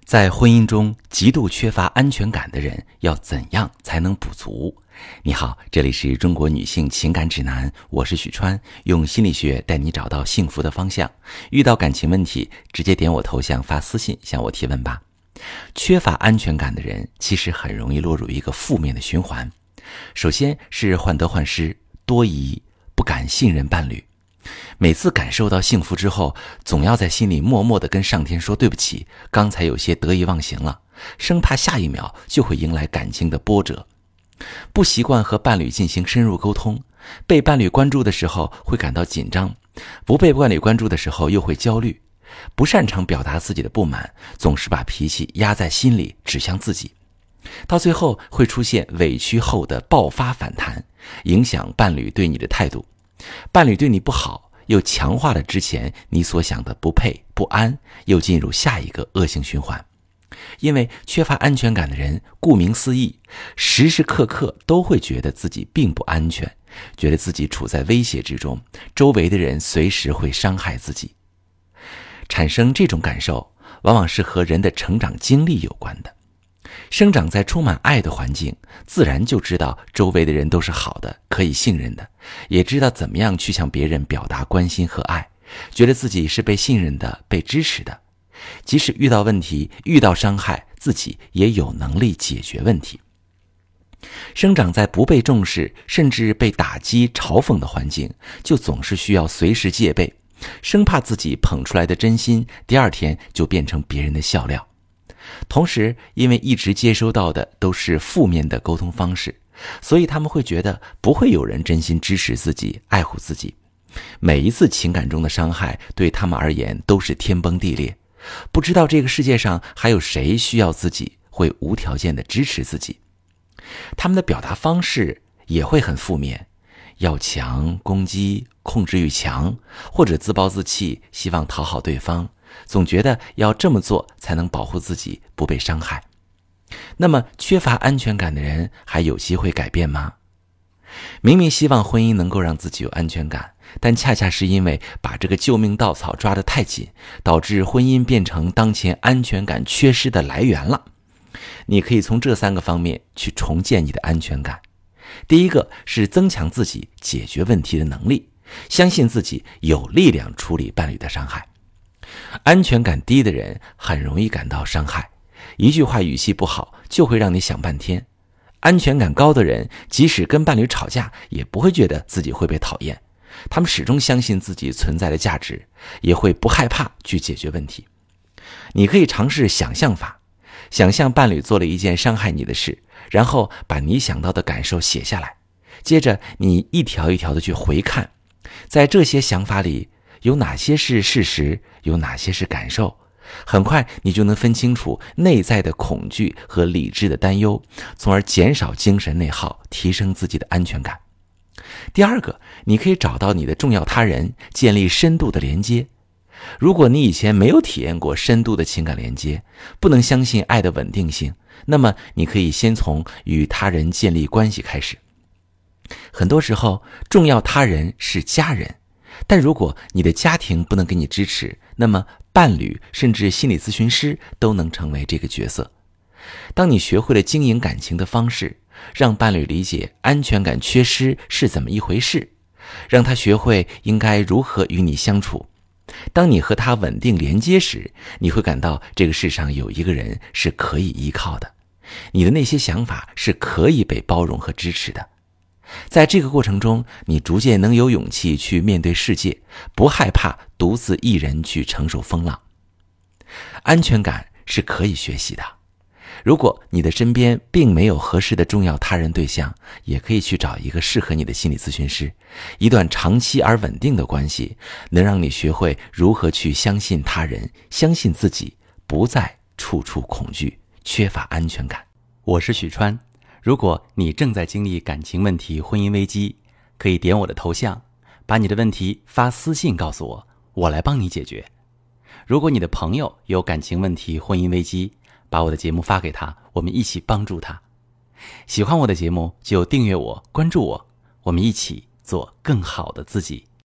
在婚姻中极度缺乏安全感的人要怎样才能补足？你好，这里是中国女性情感指南，我是许川，用心理学带你找到幸福的方向。遇到感情问题，直接点我头像发私信向我提问吧。缺乏安全感的人其实很容易落入一个负面的循环。首先是患得患失、多疑、不敢信任伴侣。每次感受到幸福之后，总要在心里默默地跟上天说对不起，刚才有些得意忘形了，生怕下一秒就会迎来感情的波折。不习惯和伴侣进行深入沟通，被伴侣关注的时候会感到紧张，不被伴侣关注的时候又会焦虑，不擅长表达自己的不满，总是把脾气压在心里，指向自己，到最后会出现委屈后的爆发反弹，影响伴侣对你的态度。伴侣对你不好，又强化了之前你所想的不配、不安，又进入下一个恶性循环。因为缺乏安全感的人，顾名思义，时时刻刻都会觉得自己并不安全，觉得自己处在威胁之中，周围的人随时会伤害自己。产生这种感受，往往是和人的成长经历有关的。生长在充满爱的环境，自然就知道周围的人都是好的，可以信任的，也知道怎么样去向别人表达关心和爱，觉得自己是被信任的，被支持的。即使遇到问题，遇到伤害，自己也有能力解决问题。生长在不被重视，甚至被打击、嘲讽的环境，就总是需要随时戒备，生怕自己捧出来的真心，第二天就变成别人的笑料。同时，因为一直接收到的都是负面的沟通方式，所以他们会觉得不会有人真心支持自己、爱护自己。每一次情感中的伤害对他们而言都是天崩地裂，不知道这个世界上还有谁需要自己，会无条件的支持自己。他们的表达方式也会很负面，要强、攻击、控制欲强，或者自暴自弃，希望讨好对方，总觉得要这么做才能保护自己不被伤害。那么缺乏安全感的人还有机会改变吗？明明希望婚姻能够让自己有安全感，但恰恰是因为把这个救命稻草抓得太紧，导致婚姻变成当前安全感缺失的来源了。你可以从这3个方面去重建你的安全感。第一个是增强自己解决问题的能力，相信自己有力量处理伴侣的伤害。安全感低的人很容易感到伤害，一句话语气不好就会让你想半天。安全感高的人，即使跟伴侣吵架，也不会觉得自己会被讨厌，他们始终相信自己存在的价值，也会不害怕去解决问题。你可以尝试想象法，想象伴侣做了一件伤害你的事，然后把你想到的感受写下来，接着你一条一条的去回看，在这些想法里有哪些是事实，有哪些是感受，很快你就能分清楚内在的恐惧和理智的担忧，从而减少精神内耗，提升自己的安全感。第二个，你可以找到你的重要他人，建立深度的连接。如果你以前没有体验过深度的情感连接，不能相信爱的稳定性，那么你可以先从与他人建立关系开始。很多时候，重要他人是家人，但如果你的家庭不能给你支持，那么伴侣甚至心理咨询师都能成为这个角色。当你学会了经营感情的方式，让伴侣理解安全感缺失是怎么一回事，让他学会应该如何与你相处，当你和他稳定连接时，你会感到这个世上有一个人是可以依靠的，你的那些想法是可以被包容和支持的。在这个过程中，你逐渐能有勇气去面对世界，不害怕独自一人去承受风浪。安全感是可以学习的，如果你的身边并没有合适的重要他人对象，也可以去找一个适合你的心理咨询师。一段长期而稳定的关系，能让你学会如何去相信他人，相信自己，不再处处恐惧，缺乏安全感。我是许川，如果你正在经历感情问题、婚姻危机，可以点我的头像，把你的问题发私信告诉我，我来帮你解决。如果你的朋友有感情问题、婚姻危机，把我的节目发给他，我们一起帮助他。喜欢我的节目就订阅我、关注我，我们一起做更好的自己。